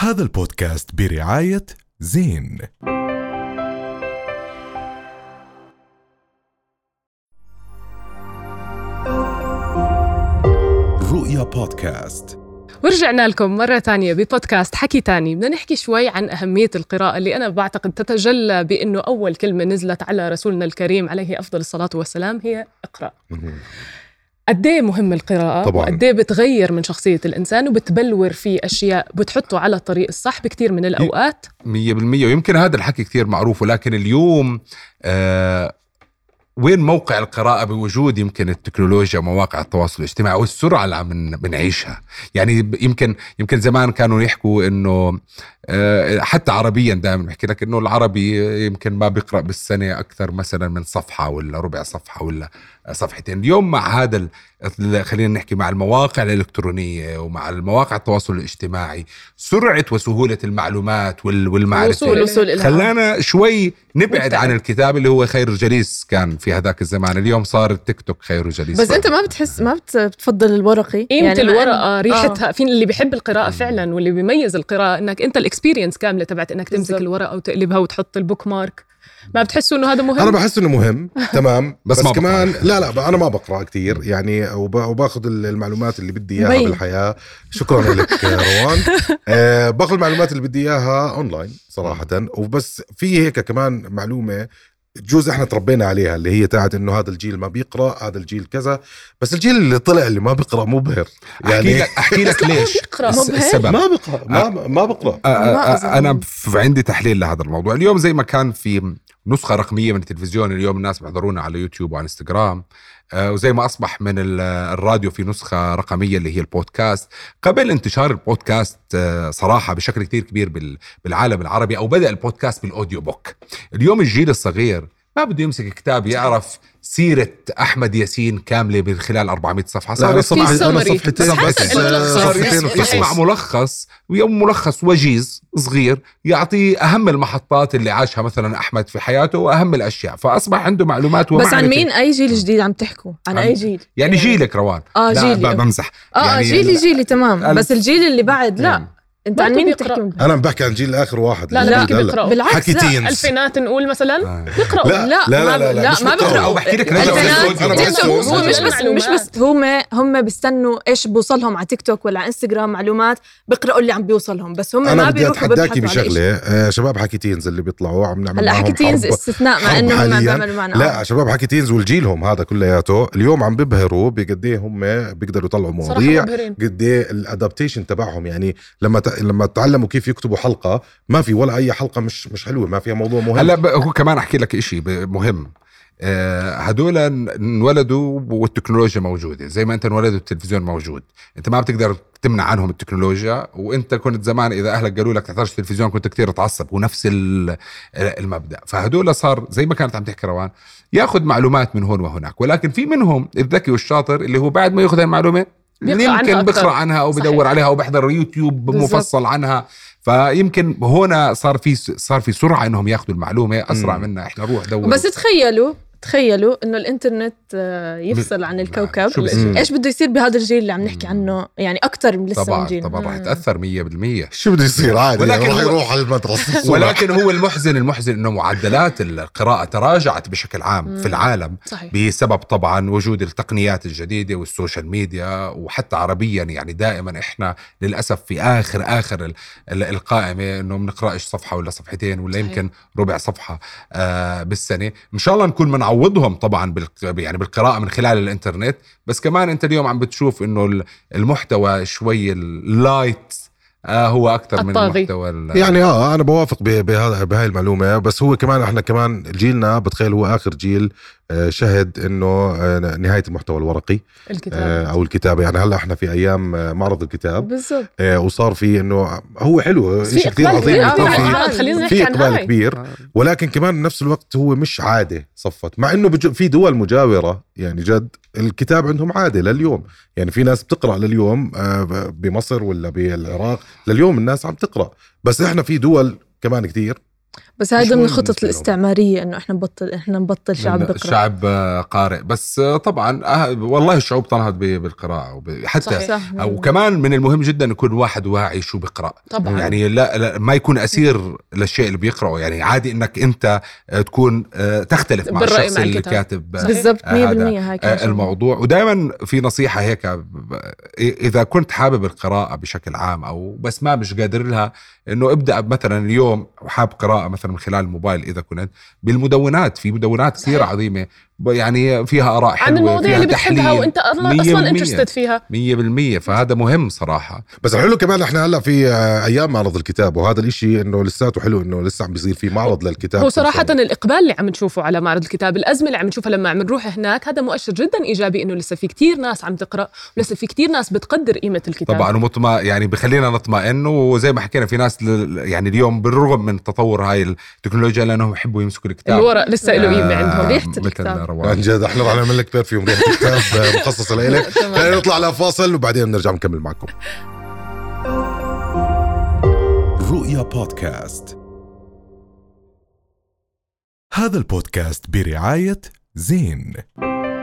هذا البودكاست برعاية زين. رؤيا بودكاست. ورجعنا لكم مرة تانية ببودكاست حكي تاني. بدنا نحكي شوي عن أهمية القراءة اللي أنا بعتقد تتجلى بأنه أول كلمة نزلت على رسولنا الكريم عليه أفضل الصلاة والسلام هي اقرأ. قديه مهم القراءة طبعاً. وقديه بتغير من شخصية الإنسان وبتبلور فيه أشياء بتحطه على الطريق الصح بكتير من الأوقات. 100%. ويمكن هذا الحكي كتير معروف، ولكن اليوم وين موقع القراءة بوجود يمكن التكنولوجيا ومواقع التواصل الاجتماعي والسرعة اللي عم بنعيشها. يعني يمكن زمان كانوا يحكوا إنه حتى عربيا دائما بحكي لك إنه العربي يمكن ما بيقرأ بالسنة أكثر مثلا من صفحة ولا ربع صفحة ولا صفحتين. اليوم مع هذا خلينا نحكي مع المواقع الإلكترونية ومع المواقع التواصل الاجتماعي، سرعة وسهولة المعلومات والمعرفة خلانا شوي نبعد عن الكتاب اللي هو خير جليس كان في هذاك الزمان. اليوم صار التيك توك خير جليس. بس أنت ما بتفضل الورقي؟ يعني الورقة ريحتها في اللي بيحب القراءة فعلا، واللي بيميز القراءة إنك أنت الإكسبيرينس كاملة تبعت إنك تمسك الورقة وتقلبها وتحط البوك مارك. ما بتحسوا إنه هذا مهم؟ أنا بحس إنه مهم تمام. بس كمان لا أنا ما بقرأ كتير يعني، وباخذ المعلومات اللي بدي إياها بالحياة. شكرا لك روان. باخذ المعلومات اللي بدي إياها أونلاين صراحة. وبس في هيك كمان معلومة جوز احنا تربينا عليها اللي هي تاعت انه هذا الجيل ما بيقرأ، هذا الجيل كذا. بس الجيل اللي طلع اللي ما بيقرأ مبهر. يعني احكي لك ليش السبب. ما بقرأ. انا عندي تحليل لهذا الموضوع. اليوم زي ما كان في نسخة رقمية من التلفزيون، اليوم الناس بيحضرونا على يوتيوب وعلى انستغرام، وزي ما أصبح من الراديو في نسخة رقمية اللي هي البودكاست. قبل انتشار البودكاست صراحة بشكل كتير كبير بالعالم العربي، أو بدأ البودكاست بالأوديو بوك. اليوم الجيل الصغير ما بده يمسك كتاب يعرف سيرة أحمد ياسين كاملة من خلال 400 صفحة. صار يسمع ملخص، ويوم ملخص وجيز صغير يعطي أهم المحطات اللي عاشها مثلا أحمد في حياته وأهم الأشياء، فأصبح عنده معلومات ومعرفة. بس عن مين؟ أي جيل جديد عم تحكوا؟ عن أي جيل؟ يعني جيلك روان. جيلي بمزح. يعني جيلي تمام. بس الجيل اللي بعد لا. انت عن مين بتحكي؟ انا بحكي عن جيل اخر واحد. لا بالعكس، حكي تينز الفينات نقول مثلا بيقرأوا. لا ما بيقرأوا. او بحكي لك هو مش بس هم بيستنوا ايش بوصلهم على تيك توك ولا على انستغرام معلومات، بيقرأوا اللي عم بيوصلهم. بس هم ما بيروحوا بيبحثوا. بشغله شباب حكي تينز اللي بيطلعوا عم نعمل معهم حكي تينز استثناء مع انه ما بيعملوا معنا. لا شباب حكي تينز والجيلهم هذا كلياته اليوم عم بيبهروا بقديه هم بيقدروا يطلعوا مواضيع، قديه الادابتيشن تبعهم. يعني لما تعلموا كيف يكتبوا حلقة، ما في ولا أي حلقة مش حلوة، ما فيها موضوع مهم. هلا هو كمان أحكي لك إشي مهم. هدول انولدوا والتكنولوجيا موجودة، زي ما أنت انولدوا التلفزيون موجود. أنت ما بتقدر تمنع عنهم التكنولوجيا. وأنت كنت زمان إذا أهلك قالوا لك تحضرش التلفزيون كنت كتير تعصب، ونفس المبدأ. فهدول صار زي ما كانت عم تحكي روان، ياخد معلومات من هون وهناك. ولكن في منهم الذكي والشاطر اللي هو بعد ما ياخذ المعلومة يمكن بقرأ عنها أو بدور عليها أو بحضر يوتيوب مفصل عنها. فيمكن هنا صار في سرعة إنهم ياخذوا المعلومة أسرع منا إحنا نروح دور. بس تخيلوا إنه الإنترنت يفصل عن الكوكب. إيش بده يصير بهذا الجيل اللي عم نحكي عنه؟ يعني أكتر من لسه من جيل. طبعا راح يتأثر 100%. شو بده يصير عادي راح يروح على المدرسة. ولكن هو المحزن إنه معدلات القراءة تراجعت بشكل عام في العالم. صحيح. بسبب طبعا وجود التقنيات الجديدة والسوشيال ميديا. وحتى عربيا يعني دائما إحنا للأسف في آخر القائمة إنه منقرأش صفحة ولا صفحتين ولا يمكن ربع صفحة بالسنة. إن شاء الله نكون منعوضهم طبعا يعني بالقراءة من خلال الإنترنت. بس كمان أنت اليوم عم بتشوف إنه المحتوى شوي اللايت هو أكتر من المحتوى يعني أنا بوافق بهاي المعلومة. بس هو كمان إحنا كمان جيلنا بتخيل هو آخر جيل شهد إنه نهاية المحتوى الورقي أو الكتابة. يعني هلا إحنا في أيام معرض الكتاب بالضبط. وصار في إنه هو حلو شيء كتير عظيم في إقبال كبير. ولكن كمان بنفس الوقت هو مش عادة صفت، مع إنه في دول مجاورة يعني جد الكتاب عندهم عادة لليوم. يعني في ناس بتقرأ لليوم بمصر ولا بالعراق لليوم الناس عم تقرأ. بس إحنا في دول كمان كتير بس هذا من الخطط الاستعمارية إنه إحنا نبطل شعب بقرأ، شعب قارئ. بس طبعا والله الشعوب تنهض بالقراءة حتى أو كمان من المهم جدا يكون واحد واعي شو بقرأ طبعا. يعني لا ما يكون أسير للشيء اللي بيقرأه. يعني عادي إنك أنت تكون تختلف مع الشخص اللي كاتب بالضبط 100% هاي الموضوع. ودائما في نصيحة هيك، إذا كنت حابب القراءة بشكل عام أو بس ما مش قادر لها، إنه ابدأ مثلا اليوم وحاب قراءة مثلا من خلال الموبايل. إذا كنت بالمدونات، في مدونات كثير عظيمة يعني فيها آراء حلوة، عن المواضيع اللي بتحبها وانت اصلا انترستد فيها 100%. فهذا مهم صراحة. بس الحلو كمان احنا هلا في ايام معرض الكتاب، وهذا الاشي انه لساته حلو انه لسه عم بيصير في معرض للكتاب. هو صراحة الإقبال اللي عم نشوفه على معرض الكتاب، الأزمة اللي عم نشوفها لما عم نروح هناك، هذا مؤشر جدا إيجابي إنه لسه في كتير ناس عم تقرأ، ولسه في كتير ناس بتقدر قيمة الكتاب طبعا. يعني بخلينا نطمئن. وزي ما حكينا في ناس يعني اليوم بالرغم من تطور هاي التكنولوجيا لأنهم يحبوا يمسكوا الكتاب، الورق لسه له قيمة عندهم. ريحة الكتاب عن جد احنا رح نعمل لك برفيوم ريحة الكتاب مخصصة لإلك. خلينا نطلع على فاصل وبعدين نرجع نكمل معكم. رؤيا بودكاست. هذا البودكاست برعاية زين.